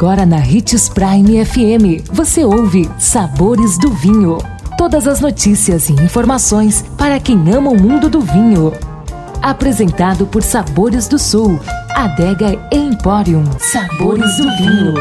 Agora na Hits Prime FM, você ouve Sabores do Vinho. Todas as notícias e informações para quem ama o mundo do vinho. Apresentado por Sabores do Sul, Adega Emporium. Sabores do Vinho.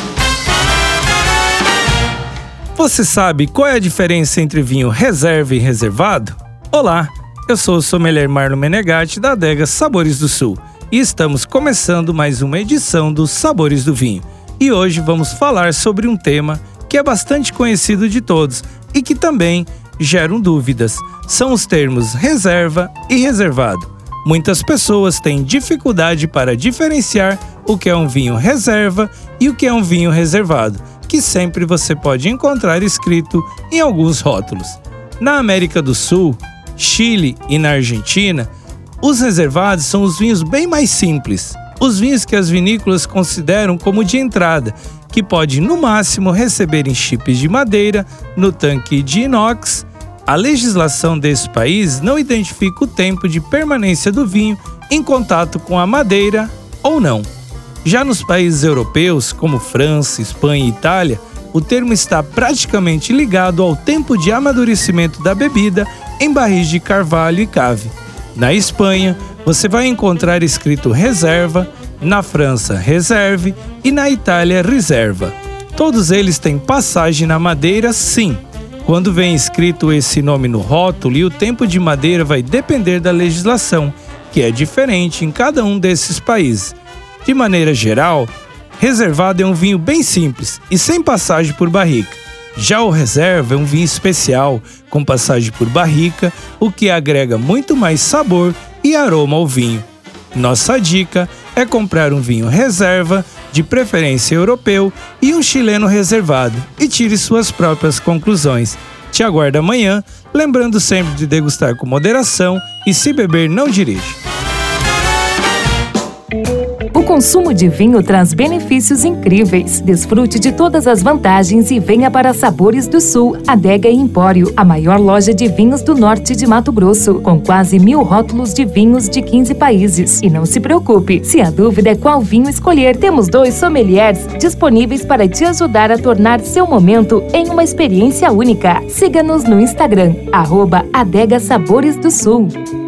Você sabe qual é a diferença entre vinho reserva e reservado? Olá, eu sou o sommelier Marlon Menegatti da Adega Sabores do Sul e estamos começando mais uma edição dos Sabores do Vinho. E hoje vamos falar sobre um tema que é bastante conhecido de todos e que também geram dúvidas. São os termos reserva e reservado. Muitas pessoas têm dificuldade para diferenciar o que é um vinho reserva e o que é um vinho reservado, que sempre você pode encontrar escrito em alguns rótulos. Na América do Sul, Chile e na Argentina, os reservados são os vinhos bem mais simples, os vinhos que as vinícolas consideram como de entrada, que pode no máximo receber em chipes de madeira, no tanque de inox. A legislação desse país não identifica o tempo de permanência do vinho em contato com a madeira ou não. Já nos países europeus, como França, Espanha e Itália, o termo está praticamente ligado ao tempo de amadurecimento da bebida em barris de carvalho e cave. Na Espanha, você vai encontrar escrito reserva, na França, reserve e na Itália, reserva. Todos eles têm passagem na madeira, sim. Quando vem escrito esse nome no rótulo, e o tempo de madeira vai depender da legislação, que é diferente em cada um desses países. De maneira geral, reservado é um vinho bem simples e sem passagem por barrica. Já o reserva é um vinho especial, com passagem por barrica, o que agrega muito mais sabor e aroma ao vinho. Nossa dica é comprar um vinho reserva, de preferência europeu, e um chileno reservado, e tire suas próprias conclusões. Te aguardo amanhã, lembrando sempre de degustar com moderação e, se beber, não dirija. O consumo de vinho traz benefícios incríveis. Desfrute de todas as vantagens e venha para Sabores do Sul, Adega Empório, a maior loja de vinhos do norte de Mato Grosso, com quase 1000 rótulos de vinhos de 15 países. E não se preocupe, se a dúvida é qual vinho escolher, temos 2 sommeliers disponíveis para te ajudar a tornar seu momento em uma experiência única. Siga-nos no Instagram, @Adega Sabores do Sul.